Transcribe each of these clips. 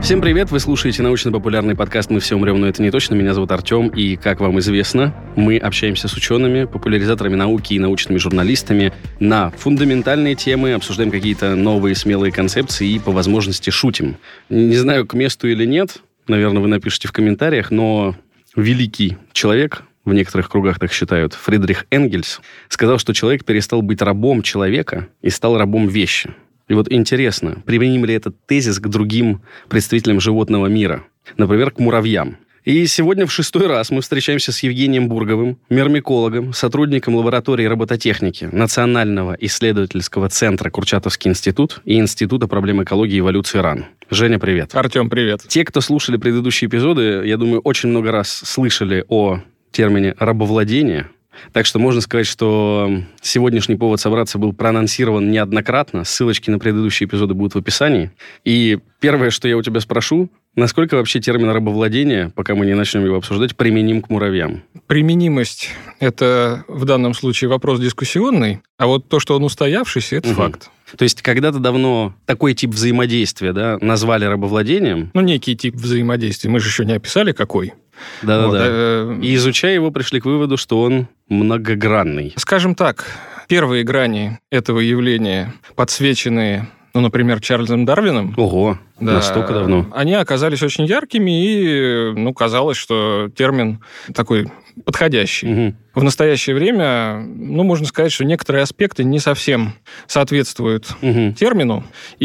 Всем привет, вы слушаете научно-популярный подкаст «Мы все умрем, но это не точно». Меня зовут Артем, и, как вам известно, мы общаемся с учеными, популяризаторами науки и научными журналистами на фундаментальные темы, обсуждаем какие-то новые смелые концепции и, по возможности, шутим. Не знаю, к месту или нет, наверное, вы напишите в комментариях, но великий человек, в некоторых кругах так считают, Фридрих Энгельс, сказал, что человек перестал быть рабом человека и стал рабом вещи. И вот интересно, применим ли этот тезис к другим представителям животного мира, например, к муравьям. И сегодня в 6-й раз мы встречаемся с Евгением Бурговым, мирмикологом, сотрудником лаборатории робототехники Национального исследовательского центра Курчатовский институт и Института проблем экологии и эволюции РАН. Женя, привет. Артем, привет. Те, кто слушали предыдущие эпизоды, я думаю, очень много раз слышали о термине «рабовладение». Так что можно сказать, что сегодняшний повод собраться был проанонсирован неоднократно. Ссылочки на предыдущие эпизоды будут в описании. И первое, что я у тебя спрошу, насколько вообще термин рабовладение, пока мы не начнем его обсуждать, применим к муравьям? Применимость – это в данном случае вопрос дискуссионный, а вот то, что он устоявшийся, это факт. То есть когда-то давно такой тип взаимодействия, да, назвали рабовладением? Некий тип взаимодействия. Мы же еще не описали, какой. Да-да-да. И изучая его, пришли к выводу, что он многогранный. Скажем так, первые грани этого явления, подсвеченные, например, Чарльзом Дарвином. Ого, да, настолько давно. Они оказались очень яркими, и казалось, что термин такой подходящий. В настоящее время, можно сказать, что некоторые аспекты не совсем соответствуют термину,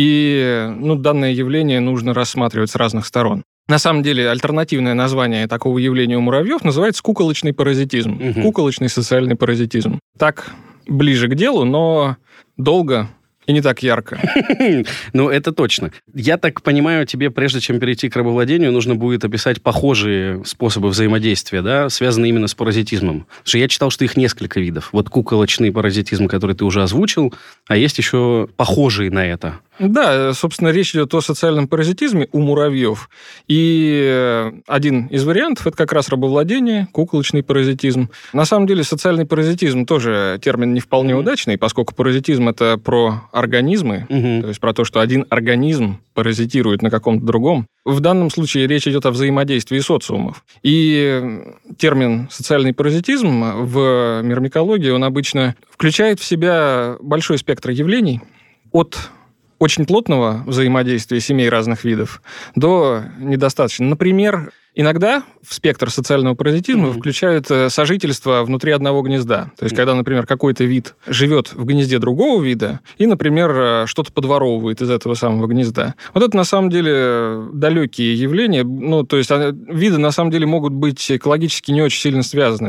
и данное явление нужно рассматривать с разных сторон. На самом деле, альтернативное название такого явления у муравьев называется куколочный паразитизм. Куколочный социальный паразитизм. Так, ближе к делу, но долго и не так ярко. Это точно. Я так понимаю, тебе, прежде чем перейти к рабовладению, нужно будет описать похожие способы взаимодействия, да, связанные именно с паразитизмом. Потому что я читал, что их несколько видов. Вот куколочный паразитизм, который ты уже озвучил, а есть еще похожие на это. Да, собственно, речь идет о социальном паразитизме у муравьев. И один из вариантов – это как раз рабовладение, куколочный паразитизм. На самом деле, социальный паразитизм тоже термин не вполне удачный, поскольку паразитизм – это про организмы, то есть про то, что один организм паразитирует на каком-то другом. В данном случае речь идет о взаимодействии социумов. И термин «социальный паразитизм» в мирмикологии, он обычно включает в себя большой спектр явлений от очень плотного взаимодействия семей разных видов до недостаточно. Например, иногда в спектр социального паразитизма включают сожительство внутри одного гнезда. То есть, когда, например, какой-то вид живет в гнезде другого вида и, например, что-то подворовывает из этого самого гнезда. Вот это, на самом деле, далекие явления. То есть, виды, на самом деле, могут быть экологически не очень сильно связаны.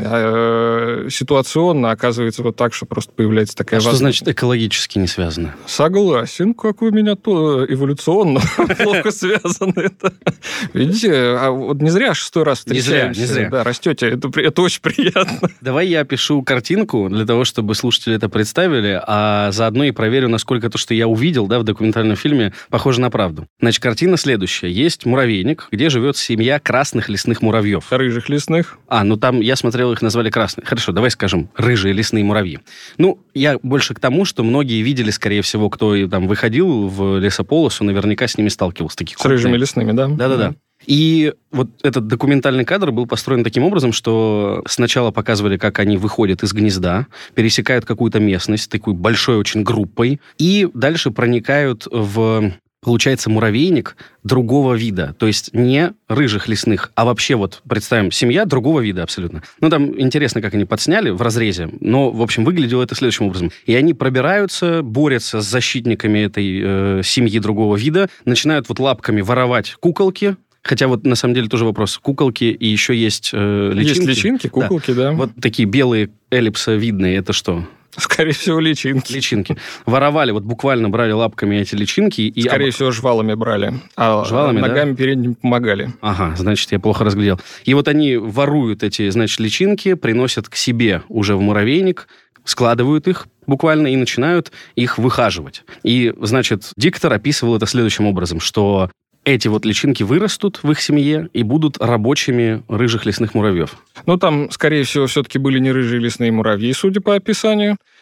А ситуационно оказывается вот так, что просто появляется такая возможность. Что значит экологически не связаны? Согласен. Как вы меня то эволюционно плохо связаны это. Видите, а вот не зря 6-й раз встречаемся. Не зря. Да, растете. Это очень приятно. Давай я опишу картинку для того, чтобы слушатели это представили, а заодно и проверю, насколько то, что я увидел, в документальном фильме, похоже на правду. Значит, картина следующая. Есть муравейник, где живет семья красных лесных муравьев. Рыжих лесных. Там, я смотрел, их назвали красные. Хорошо, давай скажем, рыжие лесные муравьи. Я больше к тому, что многие видели, скорее всего, кто там выходил в лесополосу, наверняка с ними сталкивался. С рыжими лесными, да? Да-да-да. И вот этот документальный кадр был построен таким образом, что сначала показывали, как они выходят из гнезда, пересекают какую-то местность такой большой очень группой, и дальше проникают в, получается, муравейник другого вида. То есть не рыжих лесных, а вообще представим, семья другого вида абсолютно. Там интересно, как они подсняли в разрезе, но, в общем, выглядело это следующим образом. И они пробираются, борются с защитниками этой семьи другого вида, начинают лапками воровать куколки. Хотя на самом деле тоже вопрос. Куколки и еще есть личинки. Есть личинки, куколки, да. Вот такие белые эллипсовидные, это что? Скорее всего, личинки. Личинки. Воровали, буквально брали лапками эти личинки. И скорее всего, жвалами брали. А жвалами, ногами передними помогали. Ага, значит, я плохо разглядел. И они воруют эти, личинки, приносят к себе уже в муравейник, складывают их буквально и начинают их выхаживать. И, диктор описывал это следующим образом, что эти личинки вырастут в их семье и будут рабочими рыжих лесных муравьев. Там, скорее всего, все-таки были не рыжие лесные муравьи, судя по описанию.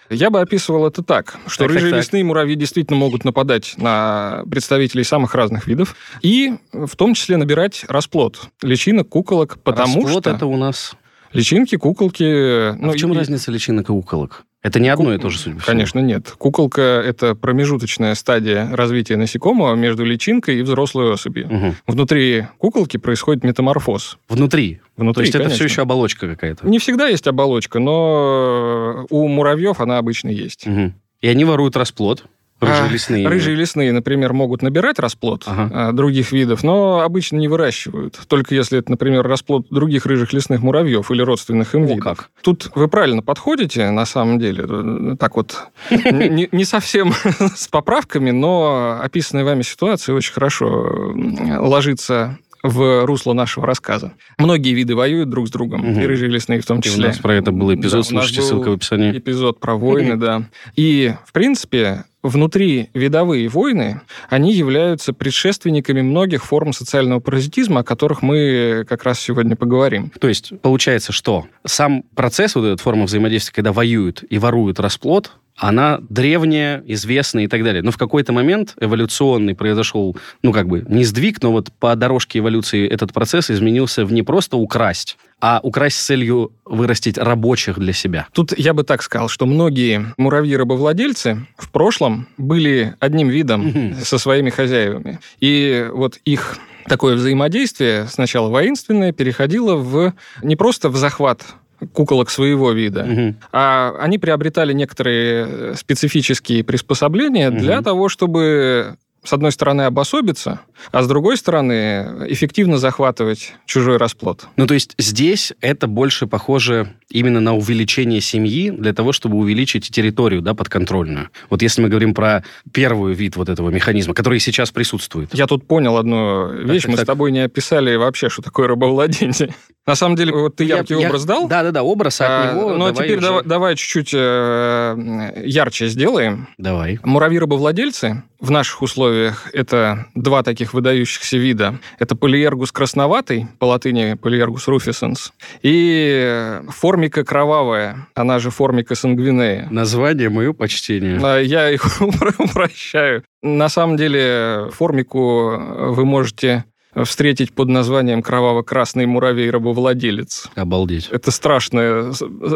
Я бы описывал это так, что рыжие лесные муравьи действительно могут нападать на представителей самых разных видов и в том числе набирать расплод личинок, куколок, потому расплод что... это у нас... Личинки, куколки... в чем разница личинок и куколок? Это не одно и то же, судя по всему. Конечно, нет. Куколка – это промежуточная стадия развития насекомого между личинкой и взрослой особью. Угу. Внутри куколки происходит метаморфоз. Внутри? То есть конечно. это все еще оболочка какая-то? Не всегда есть оболочка, но у муравьев она обычно есть. Угу. И они воруют расплод? Рыжие лесные. Рыжие лесные, например, могут набирать расплод других видов, но обычно не выращивают. Только если это, например, расплод других рыжих лесных муравьев или родственных им видов. Как? Тут вы правильно подходите, на самом деле. Так вот, не совсем с поправками, но описанная вами ситуация очень хорошо ложится в русло нашего рассказа. Многие виды воюют друг с другом, и рыжие лесные в том числе. И у нас про это был эпизод, слушайте, ссылка в описании. Эпизод про войны, да. И, в принципе, внутривидовые войны, они являются предшественниками многих форм социального паразитизма, о которых мы как раз сегодня поговорим. То есть, получается, что сам процесс, вот эта форма взаимодействия, когда воюют и воруют расплод, она древняя, известная и так далее. Но в какой-то момент эволюционный произошел, не сдвиг, но вот по дорожке эволюции этот процесс изменился в не просто украсть, а украсть с целью вырастить рабочих для себя. Тут я бы так сказал, что многие муравьи-рабовладельцы в прошлом были одним видом со своими хозяевами. И вот их такое взаимодействие, сначала воинственное, переходило не просто в захват куколок своего вида, а они приобретали некоторые специфические приспособления для того, чтобы, с одной стороны, обособиться, а с другой стороны, эффективно захватывать чужой расплод. То есть здесь это больше похоже именно на увеличение семьи для того, чтобы увеличить территорию, подконтрольную. Вот если мы говорим про первый вид вот этого механизма, который сейчас присутствует. Я тут понял одну вещь. Мы с тобой не описали вообще, что такое рабовладение. На самом деле, вот ты яркий образ дал. Да, образ от него. Но теперь давай чуть-чуть ярче сделаем. Давай. Муравьи-рабовладельцы в наших условиях это два таких выдающихся вида. Это полиэргус красноватый, по латыни полиэргус руфисенс, и формика кровавая, она же формика сангвинея. Название мое почтение. Я их упрощаю. На самом деле формику вы можете встретить под названием кроваво-красный муравей-рабовладелец. Обалдеть. Это страшное...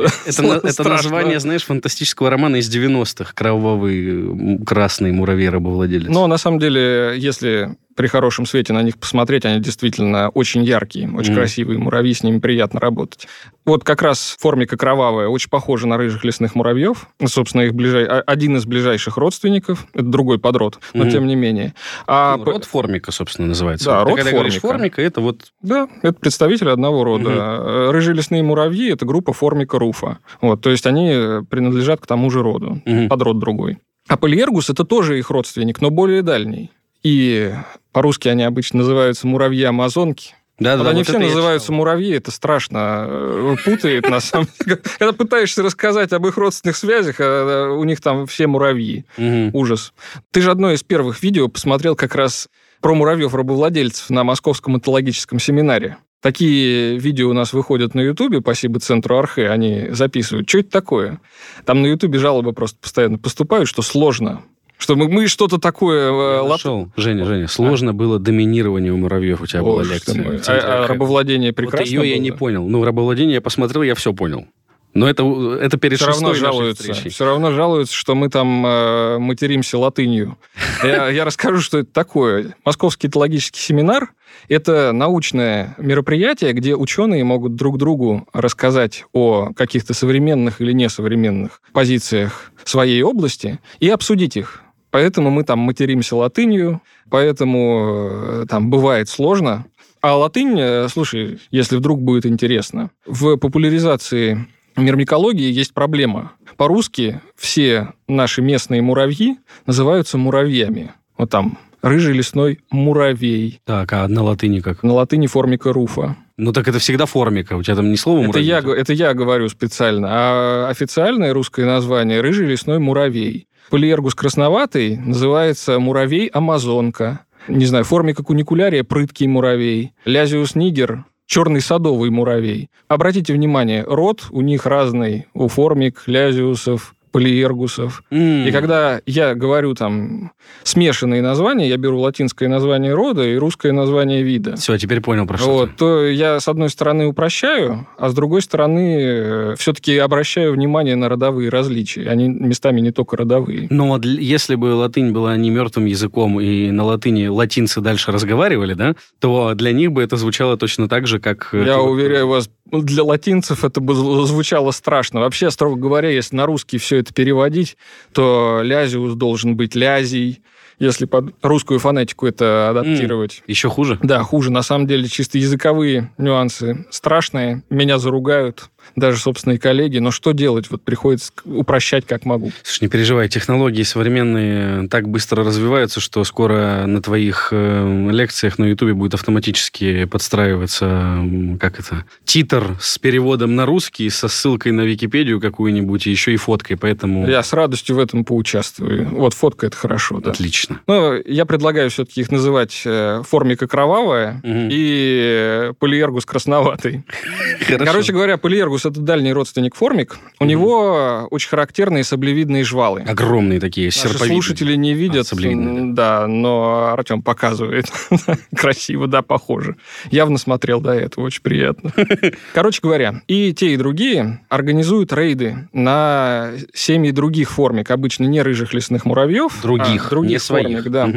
Это название, знаешь, фантастического романа из 90-х. Кровавый красный муравей-рабовладелец. Но на самом деле, если при хорошем свете на них посмотреть, они действительно очень яркие, очень красивые муравьи, с ними приятно работать. Вот как раз формика кровавая очень похожа на рыжих лесных муравьев. Собственно, их один из ближайших родственников. Это другой подрод, но тем не менее. Род формика, собственно, называется. Да, род формика. Формика, это вот... Да, это представители одного рода. Рыжие лесные муравьи – это группа формика руфа. То есть они принадлежат к тому же роду, подрод другой. А полиэргус – это тоже их родственник, но более дальний. И по-русски они обычно называются муравьи-амазонки. Они все называются муравьи, это страшно путает, на самом деле. Когда пытаешься рассказать об их родственных связях, у них там все муравьи. Ужас. Ты же одно из первых видео посмотрел как раз про муравьев-рабовладельцев на Московском этологическом семинаре. Такие видео у нас выходят на Ютубе, спасибо Центру Архе, они записывают. Что это такое? Там на Ютубе жалобы просто постоянно поступают, что сложно. Что мы что-то такое... Женя, сложно было доминирование у муравьев, у тебя была лекция. А рабовладение прекрасно вот ее я не понял. Рабовладение я посмотрел, я все понял. Но это перед шестой нашей встречей. Все равно жалуются, что мы там материмся латынью. Я расскажу, что это такое. Московский этологический семинар – это научное мероприятие, где ученые могут друг другу рассказать о каких-то современных или несовременных позициях своей области и обсудить их. Поэтому мы там материмся латынью, поэтому там бывает сложно. А латынь, слушай, если вдруг будет интересно, в популяризации мирмикологии есть проблема. По-русски все наши местные муравьи называются муравьями. Вот там рыжий лесной муравей. Так, а на латыни как? На латыни формика руфа. Так это всегда формика, у тебя там не слово муравей? Это я говорю специально. А официальное русское название – рыжий лесной муравей. Полиэргус красноватый называется муравей-амазонка. Не знаю, формика куникулярия – прыткий муравей. Лязиус нигер – черный садовый муравей. Обратите внимание, род у них разный. У формик, лязиусов, полиэргусов. И когда я говорю там смешанные названия, я беру латинское название рода и русское название вида. Все, теперь понял про что. Вот, то я, с одной стороны, упрощаю, а с другой стороны, все-таки обращаю внимание на родовые различия. Они местами не только родовые. Но если бы латынь была не мертвым языком, и на латыни латинцы дальше разговаривали, да, то для них бы это звучало точно так же, как... Я уверяю вас, для латинцев это бы звучало страшно. Вообще, строго говоря, если на русский все это переводить, то лязиус должен быть лязий. Если под русскую фонетику это адаптировать. Еще хуже? Да, хуже. На самом деле, чисто языковые нюансы страшные. Меня заругают даже собственные коллеги. Но что делать? Вот приходится упрощать как могу. Слушай, не переживай, технологии современные так быстро развиваются, что скоро на твоих лекциях на Ютубе будет автоматически подстраиваться, титр с переводом на русский, со ссылкой на Википедию какую-нибудь, и еще и фоткой, поэтому... Я с радостью в этом поучаствую. Вот фотка — это хорошо, да. Отлично. Но я предлагаю все-таки их называть формика кровавая и полиэргус красноватый. Хорошо. Короче говоря, полиэргус — это дальний родственник формик. У него очень характерные саблевидные жвалы. Огромные такие, серповидные. Наши слушатели не видят. Саблевидные, да, но Артем показывает. Красиво, да, похоже. Явно смотрел до этого, очень приятно. Короче говоря, и те, и другие организуют рейды на семьи других формик, обычно не рыжих лесных муравьев. Других не своих. Формик, да.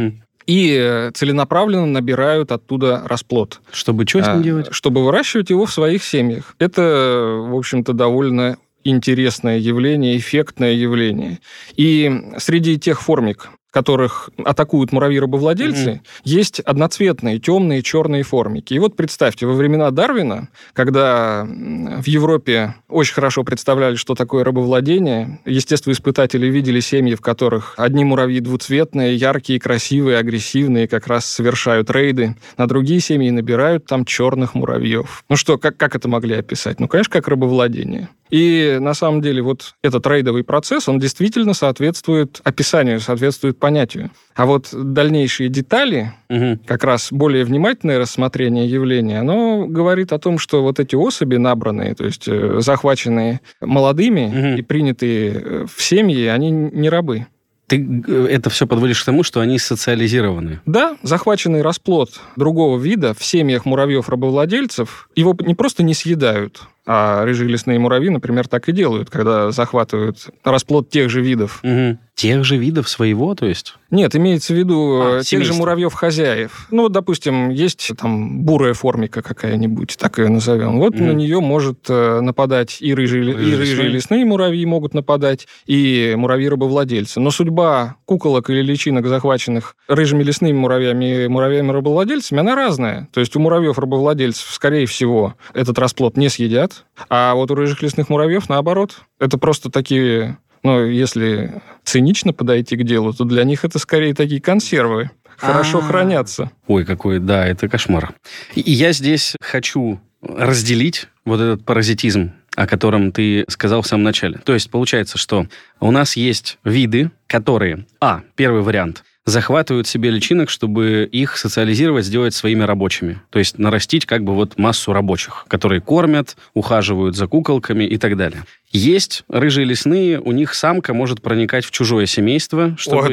И целенаправленно набирают оттуда расплод. Чтобы что с ним делать? Чтобы выращивать его в своих семьях. Это, в общем-то, довольно интересное явление, эффектное явление. И среди тех формик, которых атакуют муравьи-рабовладельцы, есть одноцветные, темные, черные формики. И вот представьте, во времена Дарвина, когда в Европе очень хорошо представляли, что такое рабовладение, естествоиспытатели видели семьи, в которых одни муравьи двуцветные, яркие, красивые, агрессивные, как раз совершают рейды, на другие семьи набирают там черных муравьев. Ну что, как это могли описать? Ну, конечно, как рабовладение. И на самом деле вот этот рейдовый процесс, он действительно соответствует описанию, соответствует понятию. А вот дальнейшие детали, как раз более внимательное рассмотрение явления, оно говорит о том, что вот эти особи набранные, то есть захваченные молодыми и принятые в семьи, они не рабы. Ты это все подводишь к тому, что они социализированы. Да, захваченный расплод другого вида в семьях муравьев-рабовладельцев, его не просто не съедают, а рыжие лесные муравьи, например, так и делают, когда захватывают расплод тех же видов. Тех же видов своего, то есть? Нет, имеется в виду тех семейство. же муравьев-хозяев. Ну, допустим, есть там бурая формика какая-нибудь, так ее назовем. Вот на нее может нападать и рыжие лесные муравьи могут нападать, и муравьи-рабовладельцы. Но судьба куколок или личинок, захваченных рыжими лесными муравьями и муравьями-рабовладельцами, она разная. То есть у муравьев-рабовладельцев, скорее всего, этот расплод не съедят, а вот у рыжих лесных муравьев, наоборот, это просто такие... Но если цинично подойти к делу, то для них это скорее такие консервы. Хорошо хранятся. Ой, какой, да, это кошмар. И я здесь хочу разделить вот этот паразитизм, о котором ты сказал в самом начале. То есть получается, что у нас есть виды, которые... Первый вариант. Захватывают себе личинок, чтобы их социализировать, сделать своими рабочими. То есть нарастить как бы вот массу рабочих, которые кормят, ухаживают за куколками и так далее. Есть рыжие лесные, у них самка может проникать в чужое семейство, чтобы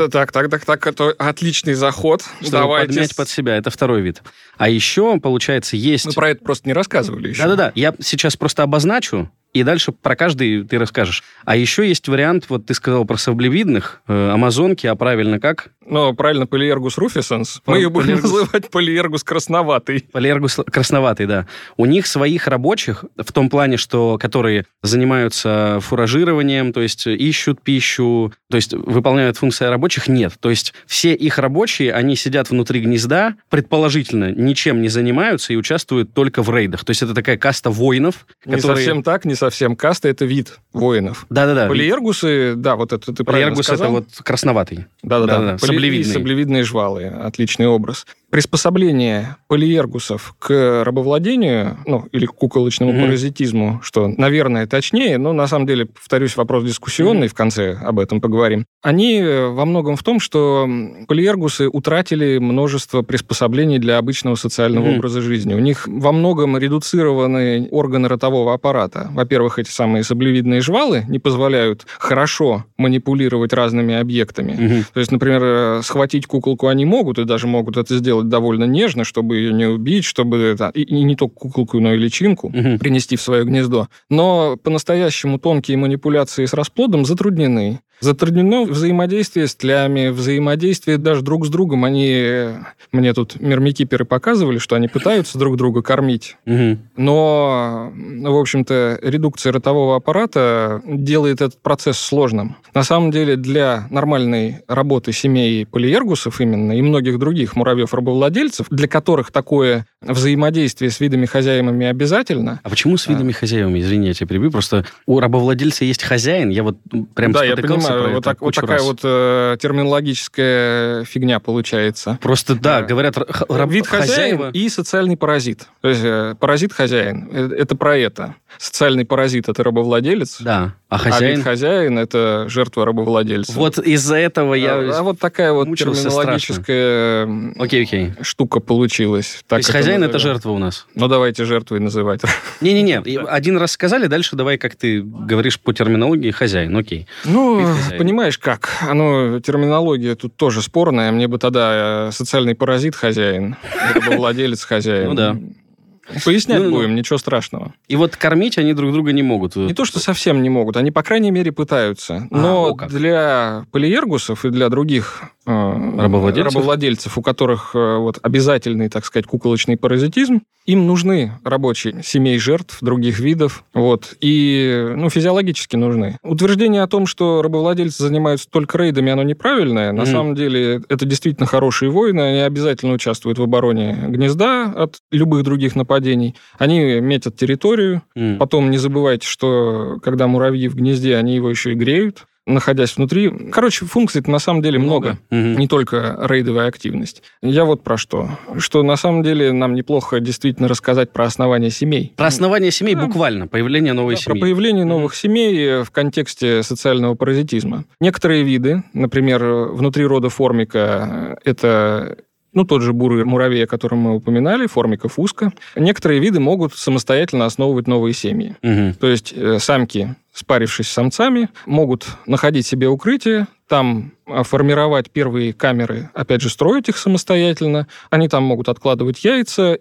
это отличный заход. Чтобы Давайте подмять под себя. Это второй вид. А еще, получается, есть... Мы про это просто не рассказывали еще. Да-да-да. Я сейчас просто обозначу, и дальше про каждый ты расскажешь. А еще есть вариант, вот ты сказал про саблевидных, амазонки, а правильно как? Правильно, полиэргус руфисенс. Мы ее будем называть полиэргус красноватый. Полиэргус красноватый, да. У них своих рабочих, в том плане, что которые занимаются фуражированием, то есть ищут пищу, то есть выполняют функции рабочих, нет. То есть все их рабочие, они сидят внутри гнезда, предположительно, ничем не занимаются и участвуют только в рейдах. То есть это такая каста воинов, которые... Не совсем так, не совсем каста, это вид воинов. Да-да-да. Полиэргусы, да, вот это ты правильно сказал. Полиэргус — это вот красноватый. Да-да-да. Саблевидные. Саблевидные жвалы. Отличный образ. приспособление полиэргусов к рабовладению, или к куколочному паразитизму, что, наверное, точнее, но на самом деле, повторюсь, вопрос дискуссионный, в конце об этом поговорим. Они во многом в том, что полиэргусы утратили множество приспособлений для обычного социального образа жизни. У них во многом редуцированы органы ротового аппарата. Во-первых, эти самые саблевидные жвалы не позволяют хорошо манипулировать разными объектами. То есть, например, схватить куколку они могут, и даже могут это сделать довольно нежно, чтобы ее не убить, чтобы и не только куколку, но и личинку принести в свое гнездо. Но по-настоящему тонкие манипуляции с расплодом затруднены. Затруднено взаимодействие с тлями, взаимодействие даже друг с другом. Мне тут мирмикиперы показывали, что они пытаются друг друга кормить. Но, в общем-то, редукция ротового аппарата делает этот процесс сложным. На самом деле, для нормальной работы семей полиэргусов именно и многих других муравьев-рабовладельцев, для которых такое взаимодействие с видами-хозяевами обязательно. А почему с видами-хозяевами? Извини, я тебя перебью. Просто у рабовладельца есть хозяин. Я вот прям спотыкался. Вот такая вот терминологическая фигня получается. Просто, говорят, вид хозяин и социальный паразит. То есть паразит-хозяин. Это про это. Социальный паразит – это рабовладелец. Да. А хозяин? А вид хозяин – это жертва рабовладельца. Вот из-за этого я вот такая вот терминологическая штука получилась. То есть хозяин – это жертва у нас? Ну, давайте жертвой называть. Не-не-не. Один раз сказали, дальше давай, как ты говоришь по терминологии, хозяин. Окей. Понимаешь, как? Терминология тут тоже спорная. Мне бы тогда социальный паразит хозяин, рабовладелец хозяин. Ну да. Пояснять будем, ничего страшного. И вот кормить они друг друга не могут. Не то, что совсем не могут, они, по крайней мере, пытаются. Но для полиэргусов и для других рабовладельцев, у которых обязательный, так сказать, куколочный паразитизм, им нужны рабочие семей жертв других видов, и физиологически нужны. Утверждение о том, что рабовладельцы занимаются только рейдами, оно неправильное. На самом деле, это действительно хорошие воины, они обязательно участвуют в обороне гнезда от любых других нападений. Они метят территорию. Потом не забывайте, что когда муравьи в гнезде, они его еще и греют, находясь внутри. Короче, функций на самом деле много. Не только рейдовая активность. Я вот про что. Что на самом деле нам неплохо действительно рассказать про основание семей. Про основание семей буквально. Появление новой семьи. Про появление новых семей в контексте социального паразитизма. Некоторые виды, например, внутри рода формика, это... тот же бурый муравей, о котором мы упоминали, формика фуска. Некоторые виды могут самостоятельно основывать новые семьи. То есть самки, спарившись с самцами, могут находить себе укрытие, там формировать первые камеры, опять же, строить их самостоятельно. Они там могут откладывать яйца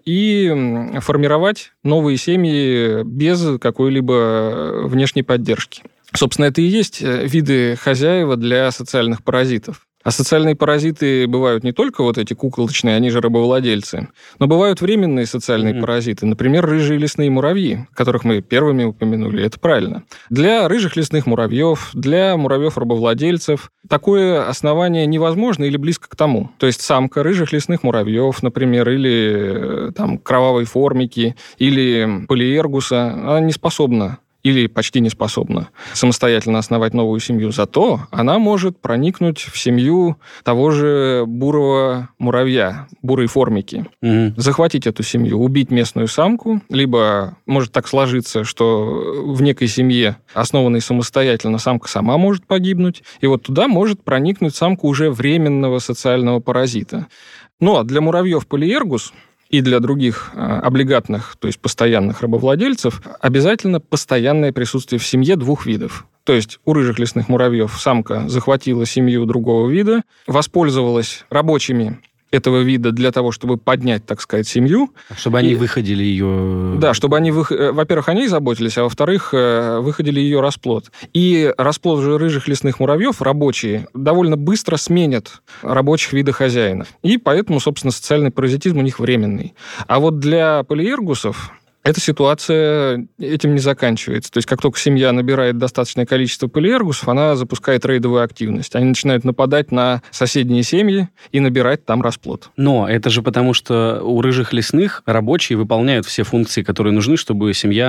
и формировать новые семьи без какой-либо внешней поддержки. Собственно, это и есть виды хозяева для социальных паразитов. А социальные паразиты бывают не только эти куколочные, они же рабовладельцы, но бывают временные социальные паразиты. Например, рыжие лесные муравьи, которых мы первыми упомянули. Это правильно. Для рыжих лесных муравьев, для муравьев-рабовладельцев такое основание невозможно или близко к тому. То есть самка рыжих лесных муравьев, например, или кровавой формики, или полиэргуса, она не способна или почти не способна самостоятельно основать новую семью. Зато она может проникнуть в семью того же бурого муравья, бурой формики, захватить эту семью, убить местную самку, либо может так сложиться, что в некой семье, основанной самостоятельно, самка сама может погибнуть, и туда может проникнуть самка уже временного социального паразита. А для муравьев полиэргус и для других облигатных, то есть постоянных рабовладельцев, обязательно постоянное присутствие в семье двух видов. То есть у рыжих лесных муравьев самка захватила семью другого вида, воспользовалась рабочими этого вида для того, чтобы поднять, так сказать, семью. Чтобы они выходили ее... Да, чтобы они, во-первых, о ней заботились, а во-вторых, выходили ее расплод. И расплод же рыжих лесных муравьев, рабочие, довольно быстро сменят рабочих вида хозяина. И поэтому, собственно, социальный паразитизм у них временный. А для полиэргусов эта ситуация этим не заканчивается. То есть, как только семья набирает достаточное количество полиэргусов, она запускает рейдовую активность. Они начинают нападать на соседние семьи и набирать там расплод. Но это же потому, что у рыжих лесных рабочие выполняют все функции, которые нужны, чтобы семья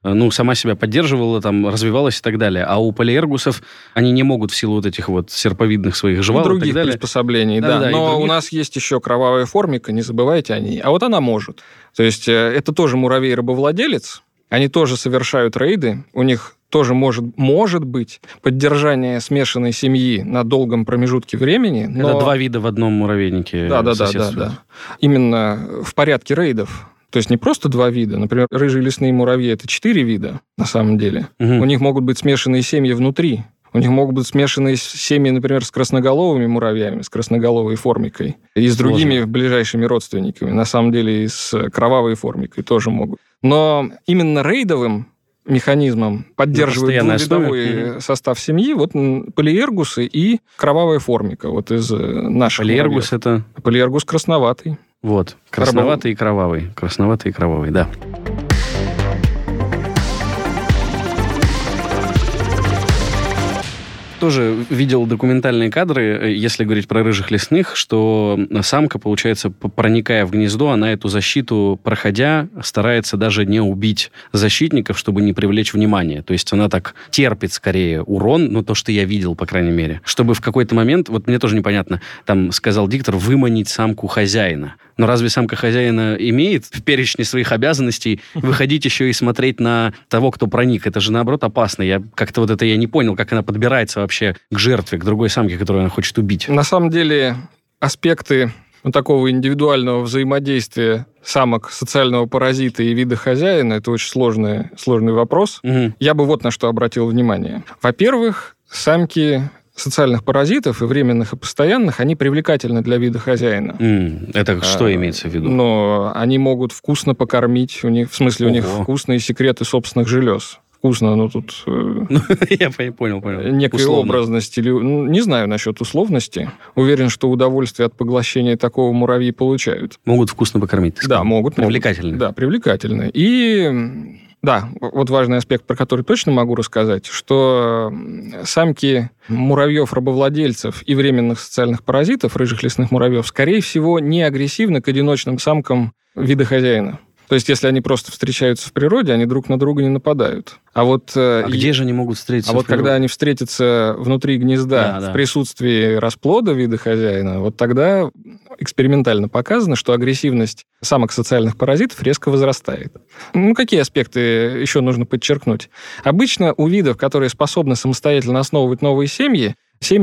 сама себя поддерживала, там, развивалась и так далее. А у полиэргусов они не могут в силу вот этих вот серповидных своих жвал и других так далее. приспособлений, да. Но у нас есть еще кровавая формика, не забывайте о ней. А вот она может. То есть это тоже муравей-рабовладелец, они тоже совершают рейды, у них тоже может быть поддержание смешанной семьи на долгом промежутке времени. Но... Это два вида в одном муравейнике соседствуют. Да. Именно в порядке рейдов. То есть не просто два вида. Например, рыжие лесные муравьи – это 4 вида на самом деле. Угу. У них могут быть смешанные семьи внутри. У них могут быть смешанные семьи, например, с красноголовыми муравьями, с красноголовой формикой, и с другими ближайшими родственниками. На самом деле и с кровавой формикой тоже могут. Но именно рейдовым механизмом поддерживает двухвидовой состав семьи вот полиэргусы и кровавая формика. Вот из наших полиэргус муравьев. Это? Полиэргус красноватый. Вот, красноватый и кровавый. Красноватый и кровавый, да. Тоже видел документальные кадры, если говорить про рыжих лесных, что самка, получается, проникая в гнездо, она эту защиту, проходя, старается даже не убить защитников, чтобы не привлечь внимание. То есть она так терпит скорее урон, то, что я видел, по крайней мере, чтобы в какой-то момент, вот мне тоже непонятно, там сказал диктор, выманить самку хозяина. Но разве самка хозяина имеет в перечне своих обязанностей выходить еще и смотреть на того, кто проник? Это же, наоборот, опасно. Я не понял, как она подбирается вообще к жертве, к другой самке, которую она хочет убить. На самом деле, аспекты такого индивидуального взаимодействия самок социального паразита и вида хозяина – это очень сложный вопрос. Угу. Я бы вот на что обратил внимание. Во-первых, самки социальных паразитов, и временных, и постоянных, они привлекательны для вида хозяина. Это что имеется в виду? Но они могут вкусно покормить, у них вкусные секреты собственных желез. Вкусно, тут... Я понял. Некая образность. Не знаю насчет условности. Уверен, что удовольствие от поглощения такого муравьи получают. Могут вкусно покормить. Да, могут. Привлекательны. Да, привлекательны. И... Да, вот важный аспект, про который точно могу рассказать, что самки муравьев-рабовладельцев и временных социальных паразитов, рыжих лесных муравьев, скорее всего, не агрессивны к одиночным самкам вида хозяина. То есть, если они просто встречаются в природе, они друг на друга не нападают. Где же они могут встретиться? Когда они встретятся внутри гнезда в присутствии расплода вида хозяина, вот тогда экспериментально показано, что агрессивность самок социальных паразитов резко возрастает. Какие аспекты еще нужно подчеркнуть? Обычно у видов, которые способны самостоятельно основывать новые семьи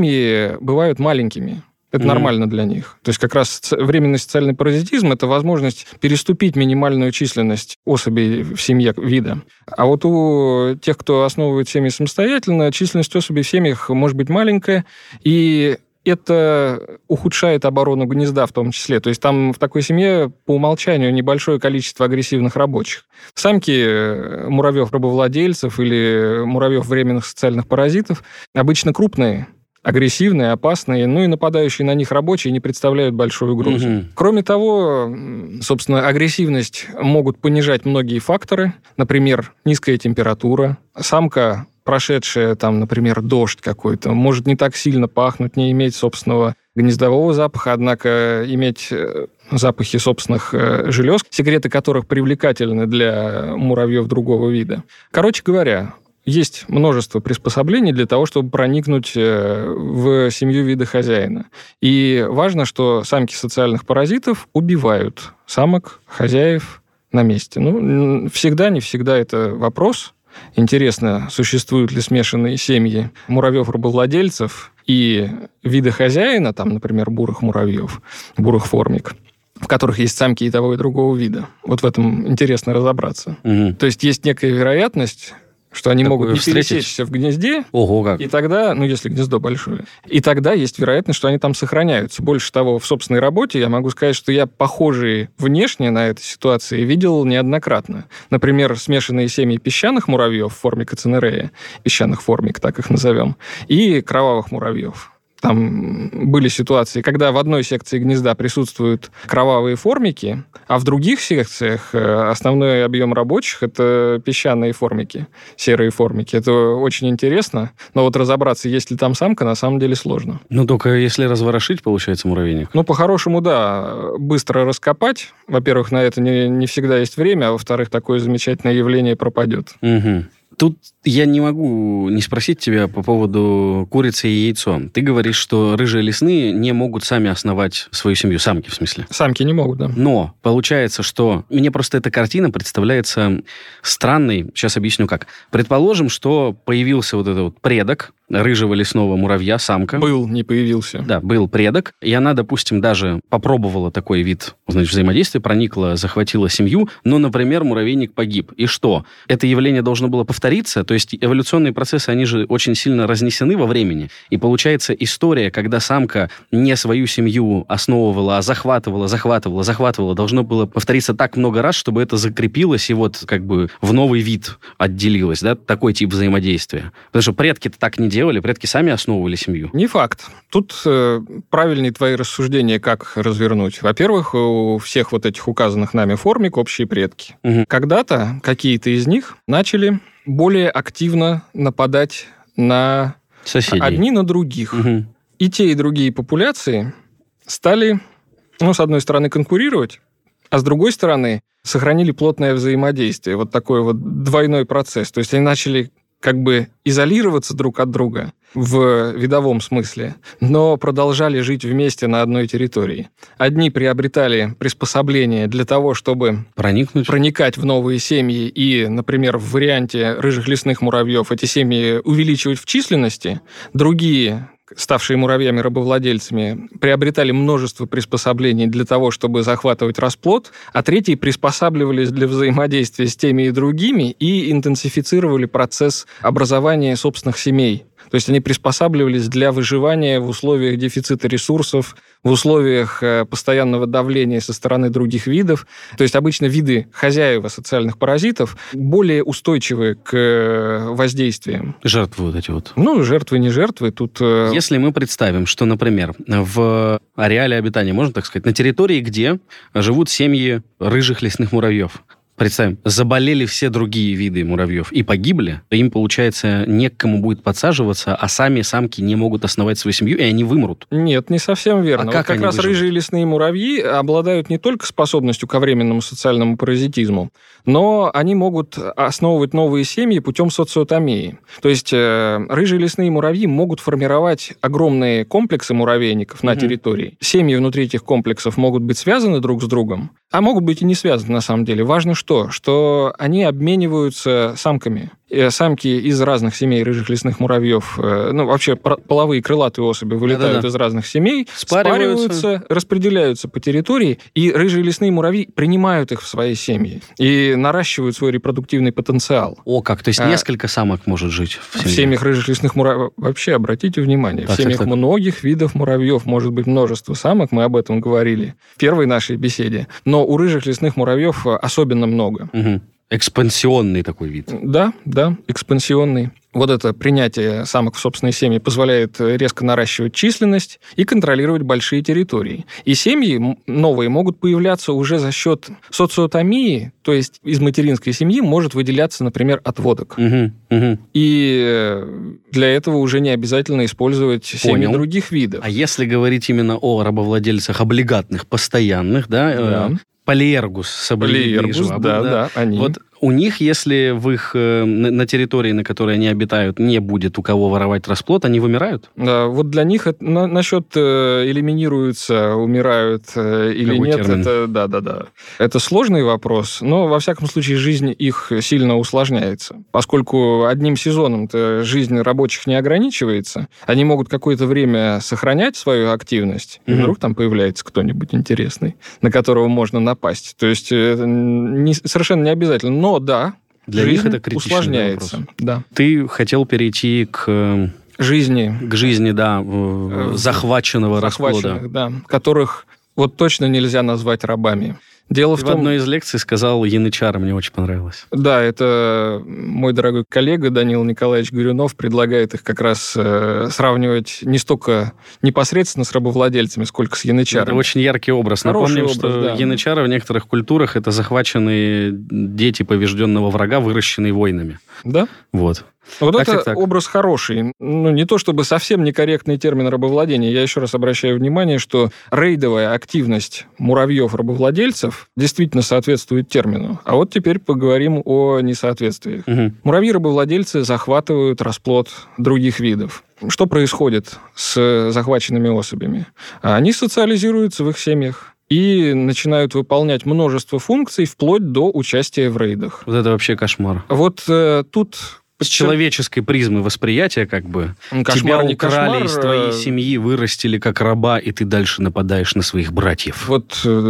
бывают маленькими. Это нормально для них. То есть как раз временный социальный паразитизм – это возможность переступить минимальную численность особей в семье вида. А вот у тех, кто основывает семьи самостоятельно, численность особей в семьях может быть маленькая, и это ухудшает оборону гнезда в том числе. То есть там в такой семье по умолчанию небольшое количество агрессивных рабочих. Самки муравьев-рабовладельцев или муравьев временных социальных паразитов обычно крупные, агрессивные, опасные, и нападающие на них рабочие не представляют большой угрозы. Угу. Кроме того, собственно, агрессивность могут понижать многие факторы, например, низкая температура. Самка, прошедшая, например, дождь какой-то, может не так сильно пахнуть, не иметь собственного гнездового запаха, однако иметь запахи собственных желез, секреты которых привлекательны для муравьев другого вида. Короче говоря, есть множество приспособлений для того, чтобы проникнуть в семью вида хозяина. И важно, что самки социальных паразитов убивают самок, хозяев на месте. Всегда, не всегда это вопрос. Интересно, существуют ли смешанные семьи муравьев-рабовладельцев и вида хозяина, например, бурых муравьев, бурых формик, в которых есть самки и того, и другого вида. Вот в этом интересно разобраться. Угу. То есть есть некая вероятность, что они могут не пересечься в гнезде. Ого, как. И тогда, если гнездо большое, и тогда есть вероятность, что они там сохраняются. Больше того, в собственной работе я могу сказать, что я похожие внешне на этой ситуации видел неоднократно. Например, смешанные семьи песчаных муравьев, формика цинерея, песчаных формик, так их назовем, и кровавых муравьев. Там были ситуации, когда в одной секции гнезда присутствуют кровавые формики, а в других секциях основной объем рабочих – это песчаные формики, серые формики. Это очень интересно, но вот разобраться, есть ли там самка, на самом деле сложно. Ну, только если разворошить, получается, муравейник. Ну, по-хорошему, да, быстро раскопать. Во-первых, на это не всегда есть время, а во-вторых, такое замечательное явление пропадет. Угу. Тут я не могу не спросить тебя по поводу курицы и яйцо. Ты говоришь, что рыжие лесные не могут сами основать свою семью. Самки, в смысле. Самки не могут, да. Но получается, что... Мне просто эта картина представляется странной. Сейчас объясню как. Предположим, что появился вот этот вот предок рыжего лесного муравья, самка. Был, не появился. Да, был предок. И она, допустим, даже попробовала такой вид, значит, взаимодействия, проникла, захватила семью, но, например, муравейник погиб. И что? Это явление должно было повториться? То есть эволюционные процессы, они же очень сильно разнесены во времени. И получается история, когда самка не свою семью основывала, а захватывала, должно было повториться так много раз, чтобы это закрепилось и вот как бы в новый вид отделилось, да, такой тип взаимодействия. Потому что предки-то так не делали, предки сами основывали семью. Не факт. Тут правильнее твои рассуждения, как развернуть. Во-первых, у всех вот этих указанных нами формик общие предки. Угу. Когда-то какие-то из них начали более активно нападать на соседей. Одни на других. Угу. И те, и другие популяции стали, с одной стороны, конкурировать, а с другой стороны, сохранили плотное взаимодействие. Вот такой вот двойной процесс. То есть они начали как бы изолироваться друг от друга в видовом смысле, но продолжали жить вместе на одной территории. Одни приобретали приспособления для того, чтобы проникать в новые семьи и, например, в варианте рыжих лесных муравьев эти семьи увеличивать в численности. Другие, ставшие муравьями-рабовладельцами, приобретали множество приспособлений для того, чтобы захватывать расплод, а третьи приспосабливались для взаимодействия с теми и другими и интенсифицировали процесс образования собственных семей. То есть они приспосабливались для выживания в условиях дефицита ресурсов, в условиях постоянного давления со стороны других видов. То есть обычно виды хозяева социальных паразитов более устойчивы к воздействиям. Жертвы вот эти вот. Жертвы, не жертвы. Тут... Если мы представим, что, например, в ареале обитания, можно так сказать, на территории, где живут семьи рыжих лесных муравьев, представим, заболели все другие виды муравьев и погибли, им, получается, не к кому будет подсаживаться, а сами самки не могут основать свою семью, и они вымрут. Нет, не совсем верно. А как раз рыжие лесные муравьи обладают не только способностью ко временному социальному паразитизму, но они могут основывать новые семьи путем социотомии. То есть рыжие лесные муравьи могут формировать огромные комплексы муравейников на территории. Семьи внутри этих комплексов могут быть связаны друг с другом, а могут быть и не связаны на самом деле. Важно что они обмениваются самками. Самки из разных семей рыжих лесных муравьев, вообще половые крылатые особи вылетают из разных семей, спариваются, распределяются по территории, и рыжие лесные муравьи принимают их в свои семьи и наращивают свой репродуктивный потенциал. О, как! То есть несколько самок может жить в семье? В семьях рыжих лесных муравьев, вообще, обратите внимание, в семьях многих видов муравьев может быть множество самок, мы об этом говорили в первой нашей беседе, но у рыжих лесных муравьев особенно много. Угу. Экспансионный такой вид. Да, экспансионный. Вот это принятие самок в собственные семьи позволяет резко наращивать численность и контролировать большие территории. И семьи новые могут появляться уже за счет социотомии, то есть из материнской семьи может выделяться, например, отводок. И для этого уже не обязательно использовать семьи других видов. А если говорить именно о рабовладельцах облигатных, постоянных, Полиэргус, саблевидные жабы. Да, они. Вот у них, если в их на территории, на которой они обитают, не будет у кого воровать расплод, они вымирают? Да, вот для них это, насчет элиминируются, умирают или Какой нет, термин? Это это сложный вопрос, но во всяком случае жизнь их сильно усложняется, поскольку одним сезоном-то жизнь рабочих не ограничивается, они могут какое-то время сохранять свою активность, и вдруг там появляется кто-нибудь интересный, на которого можно напасть. То есть это совершенно не обязательно, но да, для них это критичный усложняется. вопрос. Да. Ты хотел перейти к жизни, захваченного расплода. Да, которых вот точно нельзя назвать рабами. Дело в одной из лекций сказал янычар, мне очень понравилось. Да, это мой дорогой коллега Данил Николаевич Горюнов предлагает их как раз сравнивать не столько непосредственно с рабовладельцами, сколько с янычарами. Это очень яркий образ. Хороший Напомним, образ, что да. янычары в некоторых культурах это захваченные дети побежденного врага, выращенные войнами. Да? Вот. Вот это так. образ хороший. Ну, не то чтобы совсем некорректный термин рабовладения. Я еще раз обращаю внимание, что рейдовая активность муравьев-рабовладельцев действительно соответствует термину. А вот теперь поговорим о несоответствиях. Угу. Муравьи-рабовладельцы захватывают расплод других видов. Что происходит с захваченными особями? Они социализируются в их семьях и начинают выполнять множество функций вплоть до участия в рейдах. Вот это вообще кошмар. Вот тут... С человеческой призмы восприятия, как бы, кошмар, тебя украли из твоей семьи, вырастили как раба, и ты дальше нападаешь на своих братьев. Вот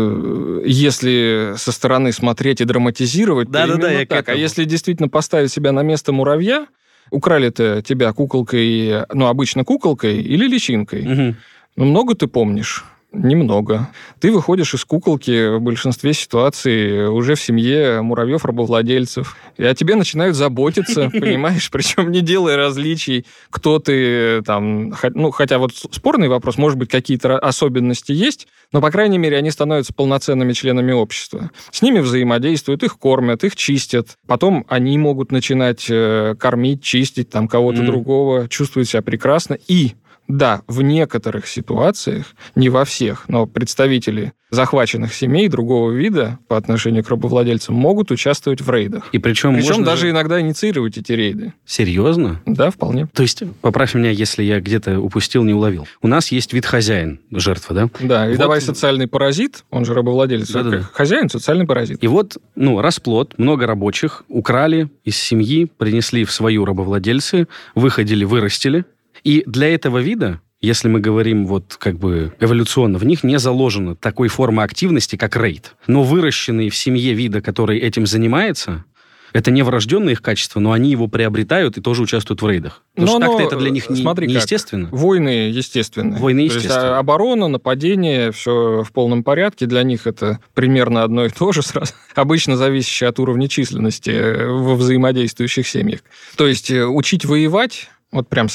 если со стороны смотреть и драматизировать, то именно так. А если действительно поставить себя на место муравья, украли-то тебя куколкой, ну, обычно куколкой или личинкой. Угу. Ну, много ты помнишь? Немного. Ты выходишь из куколки в большинстве ситуаций уже в семье муравьев-рабовладельцев. И о тебе начинают заботиться, понимаешь? Причем не делая различий, кто ты там... Ну, хотя вот спорный вопрос, может быть, какие-то особенности есть, но, по крайней мере, они становятся полноценными членами общества. С ними взаимодействуют, их кормят, их чистят. Потом они могут начинать кормить, чистить там кого-то другого, чувствуют себя прекрасно. И да, в некоторых ситуациях, не во всех, но представители захваченных семей другого вида по отношению к рабовладельцам могут участвовать в рейдах. И причем даже иногда инициировать эти рейды. Серьезно? Да, вполне. То есть, поправь меня, если я где-то упустил, не уловил. У нас есть вид хозяин, жертва, да? Да, и давай социальный паразит, он же рабовладелец. Да. Хозяин, социальный паразит. И вот, расплод, много рабочих украли из семьи, принесли в свою рабовладельцы, выходили, вырастили. И для этого вида, если мы говорим вот как бы эволюционно, в них не заложено такой формы активности, как рейд. Но выращенные в семье вида, который этим занимается, это не врожденное их качество, но они его приобретают и тоже участвуют в рейдах. Потому что так-то это для них не естественно. Войны естественны. Войны естественны. То есть оборона, нападение, все в полном порядке. Для них это примерно одно и то же сразу. Обычно зависящее от уровня численности во взаимодействующих семьях. То есть учить воевать... Вот прям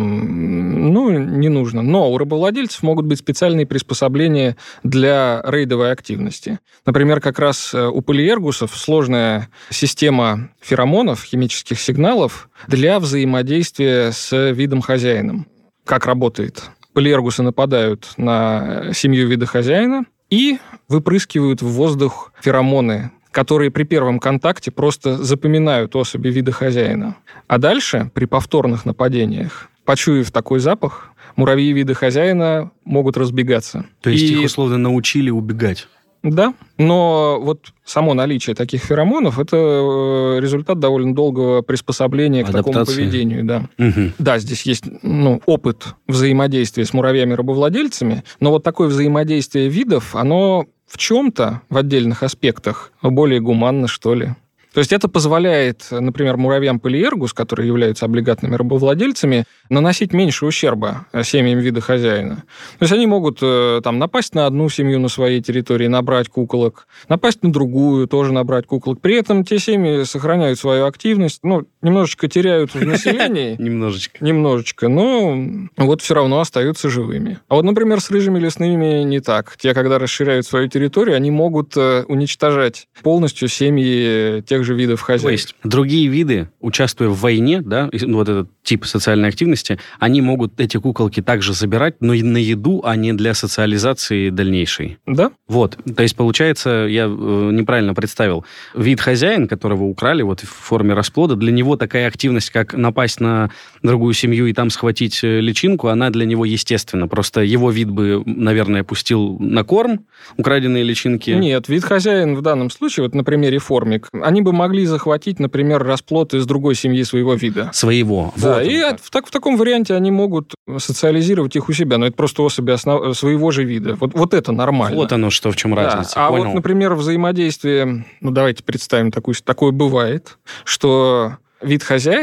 совсем, не нужно. Но у рабовладельцев могут быть специальные приспособления для рейдовой активности. Например, как раз у полиэргусов сложная система феромонов, химических сигналов для взаимодействия с видом-хозяином. Как работает? Полиэргусы нападают на семью вида хозяина и выпрыскивают в воздух феромоны, которые при первом контакте просто запоминают особи вида хозяина. А дальше, при повторных нападениях, почуяв такой запах, муравьи вида хозяина могут разбегаться. То есть их условно научили убегать? Да, но вот само наличие таких феромонов – это результат довольно долгого приспособления к такому поведению. Да. Угу. Да, здесь есть опыт взаимодействия с муравьями-рабовладельцами, но вот такое взаимодействие видов, оно в чем-то, в отдельных аспектах, более гуманно, что ли. То есть это позволяет, например, муравьям полиэргус, которые являются облигатными рабовладельцами, наносить меньше ущерба семьям вида хозяина. То есть они могут там напасть на одну семью на своей территории, набрать куколок, напасть на другую, тоже набрать куколок. При этом те семьи сохраняют свою активность, немножечко теряют в населении. Немножечко, но вот все равно остаются живыми. А вот, например, с рыжими лесными не так. Те, когда расширяют свою территорию, они могут уничтожать полностью семьи тех же видов хозяев. То есть другие виды, участвуя в войне, да, вот этот тип социальной активности, они могут эти куколки также забирать, но и на еду, а не для социализации дальнейшей. Да. Вот. То есть, получается, я неправильно представил. Вид хозяин, которого украли вот в форме расплода, для него такая активность, как напасть на другую семью и там схватить личинку, она для него естественна. Просто его вид бы, наверное, пустил на корм украденные личинки. Нет, вид хозяин в данном случае, вот на примере формик, они бы могли захватить, например, расплод из другой семьи своего вида. Своего. Да, вот и в таком варианте они могут социализировать их у себя, но это просто особи своего же вида. Вот это нормально. Вот оно, что в чем разница. А Понял. вот, например, взаимодействие, давайте представим, такое бывает, что вид хозяин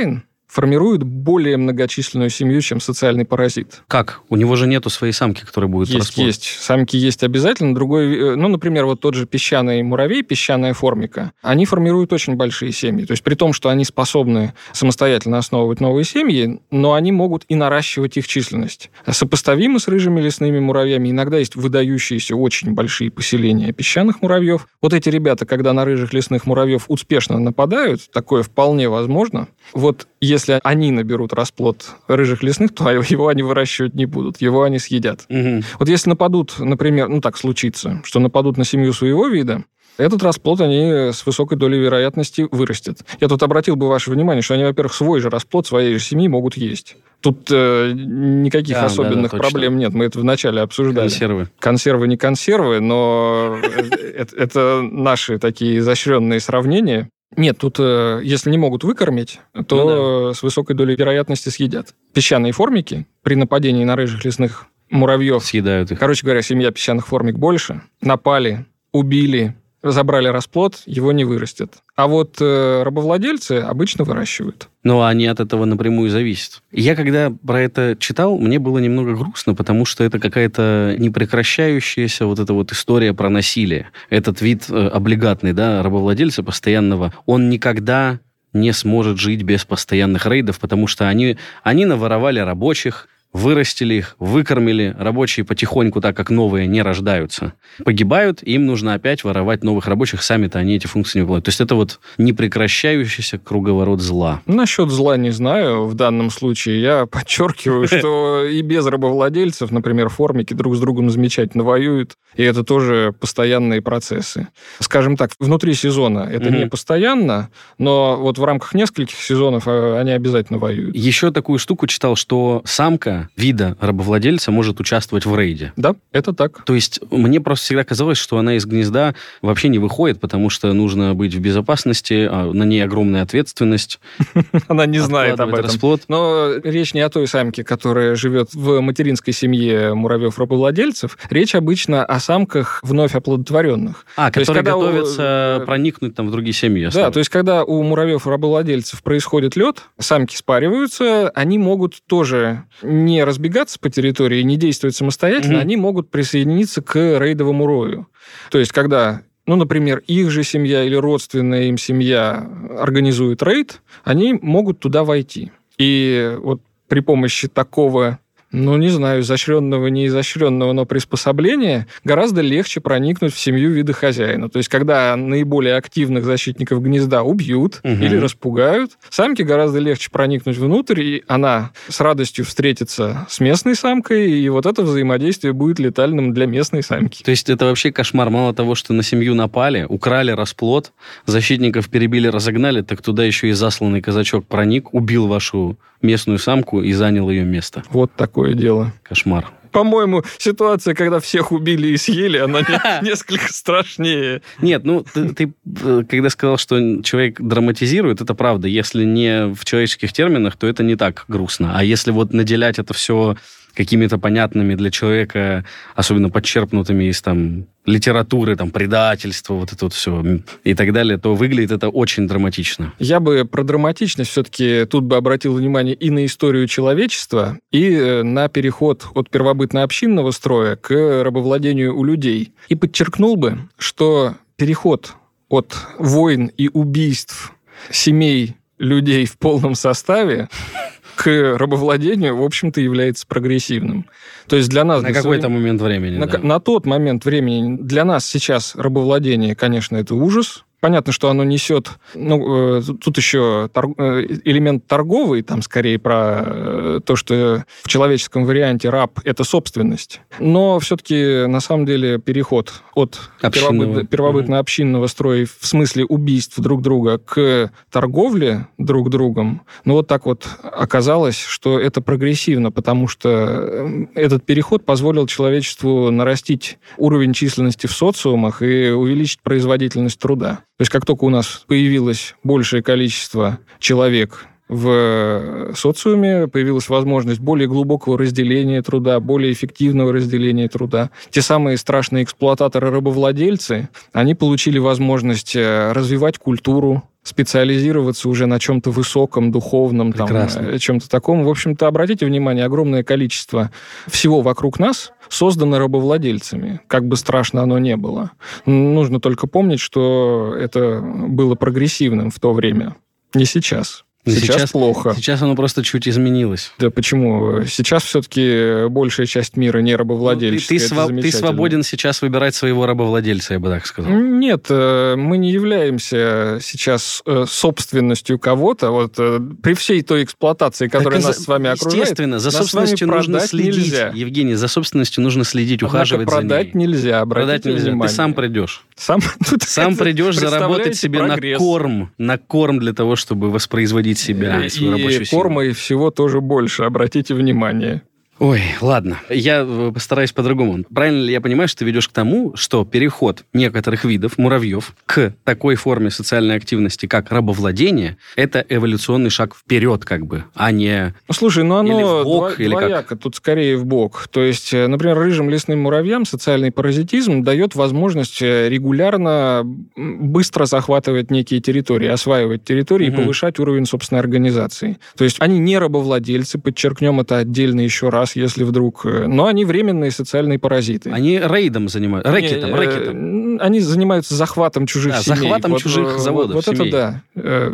формирует более многочисленную семью, чем социальный паразит. Как? У него же нету своей самки, которая будет расплод. Есть. Самки есть обязательно. Другой, например, вот тот же песчаный муравей, песчаная формика, они формируют очень большие семьи. То есть при том, что они способны самостоятельно основывать новые семьи, но они могут и наращивать их численность. Сопоставимо с рыжими лесными муравьями. Иногда есть выдающиеся очень большие поселения песчаных муравьев. Вот эти ребята, когда на рыжих лесных муравьев успешно нападают, такое вполне возможно. Вот если они наберут расплод рыжих лесных, то его они выращивать не будут, его они съедят. Угу. Вот если нападут, например, так случится, что нападут на семью своего вида, этот расплод они с высокой долей вероятности вырастят. Я тут обратил бы ваше внимание, что они, во-первых, свой же расплод своей же семьи могут есть. Тут никаких особенных проблем нет. Мы это вначале обсуждали. Консервы не консервы, но это наши такие изощренные сравнения. Нет, тут, если не могут выкормить, то с высокой долей вероятности съедят. Песчаные формики при нападении на рыжих лесных муравьев съедают их. Короче говоря, семья песчаных формик больше. Напали, убили, забрали расплод, его не вырастет. А вот рабовладельцы обычно выращивают. Но они от этого напрямую зависят. Я когда про это читал, мне было немного грустно, потому что это какая-то непрекращающаяся вот эта вот история про насилие. Этот вид облигатный, да, рабовладельца постоянного, он никогда не сможет жить без постоянных рейдов, потому что они наворовали рабочих, вырастили их, выкормили, рабочие потихоньку, так как новые не рождаются, погибают, и им нужно опять воровать новых рабочих, сами-то они эти функции не выполняют. То есть это вот непрекращающийся круговорот зла. Насчет зла не знаю в данном случае. Я подчеркиваю, что и без рабовладельцев, например, формики друг с другом замечательно воюют, и это тоже постоянные процессы. Скажем так, внутри сезона это не постоянно, но вот в рамках нескольких сезонов они обязательно воюют. Еще такую штуку читал, что самка вида рабовладельца может участвовать в рейде. Да, это так. То есть мне просто всегда казалось, что она из гнезда вообще не выходит, потому что нужно быть в безопасности, а на ней огромная ответственность. Она не знает об этом. Но речь не о той самке, которая живет в материнской семье муравьев-рабовладельцев. Речь обычно о самках вновь оплодотворенных. Которые готовятся проникнуть там в другие семьи. Да, то есть когда у муравьев-рабовладельцев происходит лед, самки спариваются, они могут тоже не разбегаться по территории, не действовать самостоятельно, они могут присоединиться к рейдовому рою. То есть, когда, например, их же семья или родственная им семья организует рейд, они могут туда войти. И вот при помощи такого, не знаю, изощренного, неизощренного, но приспособления гораздо легче проникнуть в семью вида хозяина. То есть, когда наиболее активных защитников гнезда убьют или распугают, самке гораздо легче проникнуть внутрь, и она с радостью встретится с местной самкой, и вот это взаимодействие будет летальным для местной самки. То есть, это вообще кошмар. Мало того, что на семью напали, украли расплод, защитников перебили, разогнали, так туда еще и засланный казачок проник, убил вашу местную самку и занял ее место. Вот такое дело. Кошмар. По-моему, ситуация, когда всех убили и съели, она несколько страшнее. Нет, ты когда сказал, что человек драматизирует, это правда. Если не в человеческих терминах, то это не так грустно. А если вот наделять это все какими-то понятными для человека, особенно подчерпнутыми из литературы, предательства, вот это вот все и так далее, то выглядит это очень драматично. Я бы про драматичность все-таки тут бы обратил внимание и на историю человечества, и на переход от первобытно-общинного строя к рабовладению у людей. И подчеркнул бы, что переход от войн и убийств семей людей в полном составе к рабовладению, в общем-то, является прогрессивным. То есть для нас... На какой-то момент времени. На тот момент времени для нас сейчас рабовладение, конечно, это ужас. Понятно, что оно несет... тут еще элемент торговый, скорее про то, что в человеческом варианте раб – это собственность. Но все-таки, на самом деле, переход от первобытно-общинного строя в смысле убийств друг друга к торговле друг другом, вот так вот оказалось, что это прогрессивно, потому что этот переход позволил человечеству нарастить уровень численности в социумах и увеличить производительность труда. То есть как только у нас появилось большее количество человек в социуме, появилась возможность более глубокого разделения труда, более эффективного разделения труда. Те самые страшные эксплуататоры-рабовладельцы, они получили возможность развивать культуру, специализироваться уже на чем-то высоком, духовном, чем-то таком. В общем-то, обратите внимание, огромное количество всего вокруг нас создано рабовладельцами, как бы страшно оно ни было. Нужно только помнить, что это было прогрессивным в то время, не сейчас. Сейчас плохо. Сейчас оно просто чуть изменилось. Да почему? Сейчас все-таки большая часть мира не рабовладельческая. Ты свободен сейчас выбирать своего рабовладельца, я бы так сказал. Нет, мы не являемся сейчас собственностью кого-то. Вот при всей той эксплуатации, которая нас с вами окружает, естественно, за собственностью нужно следить. Нельзя. Евгений, за собственностью нужно следить, ухаживать за ней. Продать нельзя, обратите внимание. Ты сам придешь. Сам придешь заработать себе на корм для того, чтобы воспроизводить себя и свою рабочую силу. И корма, и всего тоже больше, обратите внимание. Ой, ладно, я постараюсь по-другому. Правильно ли я понимаю, что ты ведешь к тому, что переход некоторых видов муравьев к такой форме социальной активности, как рабовладение, это эволюционный шаг вперед, как бы, а не... Слушай, оно двояко, тут скорее вбок. То есть, например, рыжим лесным муравьям социальный паразитизм дает возможность регулярно быстро захватывать некие территории, осваивать территории и повышать уровень собственной организации. То есть они не рабовладельцы, подчеркнем это отдельно еще раз, если вдруг... Но они временные социальные паразиты. Они рейдом занимаются, рэкетом. Они занимаются захватом чужих семей. Захватом чужих заводов, вот семей. Это да.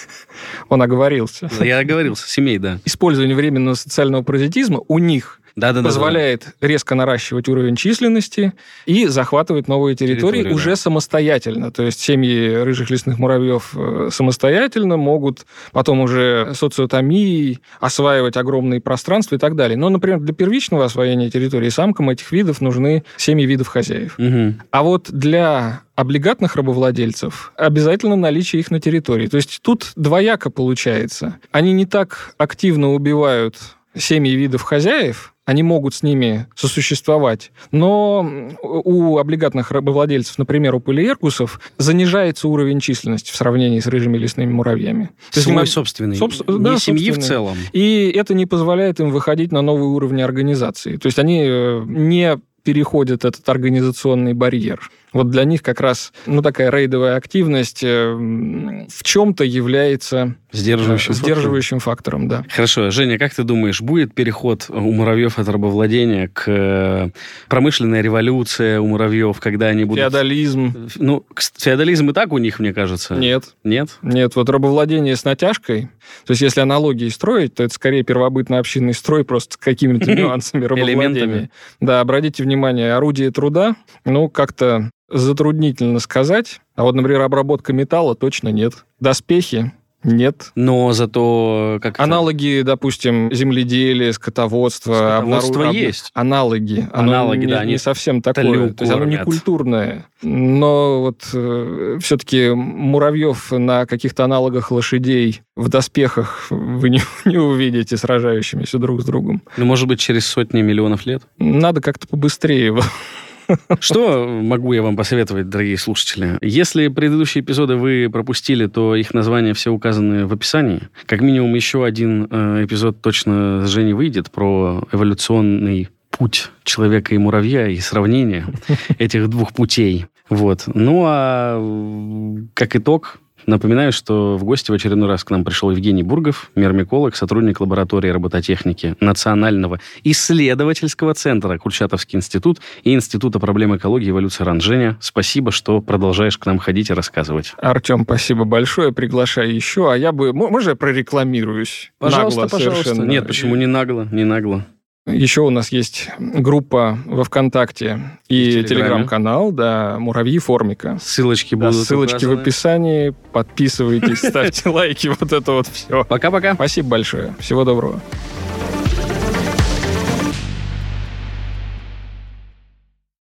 Он оговорился. Я оговорился, семей, да. Использование временного социального паразитизма у них позволяет резко наращивать уровень численности и захватывать новые территории уже самостоятельно. То есть семьи рыжих лесных муравьев самостоятельно могут потом уже социотомией осваивать огромные пространства и так далее. Но, например, для первичного освоения территории самкам этих видов нужны семьи видов хозяев. А вот для облигатных рабовладельцев обязательно наличие их на территории. То есть тут двояко получается. Они не так активно убивают семьи видов хозяев, они могут с ними сосуществовать, но у облигатных рабовладельцев, например, у полиэркусов, занижается уровень численности в сравнении с рыжими лесными муравьями. Свой собственный, не семьи в целом. И это не позволяет им выходить на новый уровень организации. То есть они не переходят этот организационный барьер. Вот для них как раз такая рейдовая активность в чем-то является сдерживающим фактором. Да. Хорошо. Женя, как ты думаешь, будет переход у муравьев от рабовладения к промышленной революции у муравьев, когда они будут... Феодализм. Феодализм и так у них, мне кажется. Нет. Нет? Нет. Вот рабовладение с натяжкой, то есть если аналогии строить, то это скорее первобытно-общинный строй просто с какими-то нюансами рабовладения. Да, обратите внимание, орудие труда, как-то затруднительно сказать. А вот, например, обработка металла точно нет. Доспехи нет. Но зато... Аналоги, допустим, земледелия, скотоводства. Есть. Аналоги. Аналоги, да. Не совсем такое. То есть оно не культурное. Но вот все-таки муравьев на каких-то аналогах лошадей в доспехах вы не увидите сражающимися друг с другом. Может быть, через сотни миллионов лет? Надо как-то побыстрее его. Что могу я вам посоветовать, дорогие слушатели? Если предыдущие эпизоды вы пропустили, то их названия все указаны в описании. Как минимум еще один эпизод точно с Женей выйдет про эволюционный путь человека и муравья и сравнение этих двух путей. Вот. А как итог... Напоминаю, что в гости в очередной раз к нам пришел Евгений Бургов, мирмиколог, сотрудник лаборатории робототехники Национального исследовательского центра Курчатовский институт и Института проблем экологии и эволюции РАН. Женя, спасибо, что продолжаешь к нам ходить и рассказывать. Артем, спасибо большое, приглашай еще. А я бы... Можно я прорекламируюсь? Пожалуйста, пожалуйста. Нет, почему не нагло? Не нагло. Еще у нас есть группа во ВКонтакте и телеграм-канал, да, «Муравьи Формика». Ссылочки будут ссылочки указаны в описании. Подписывайтесь, ставьте лайки, вот это вот все. Пока-пока. Спасибо большое. Всего доброго.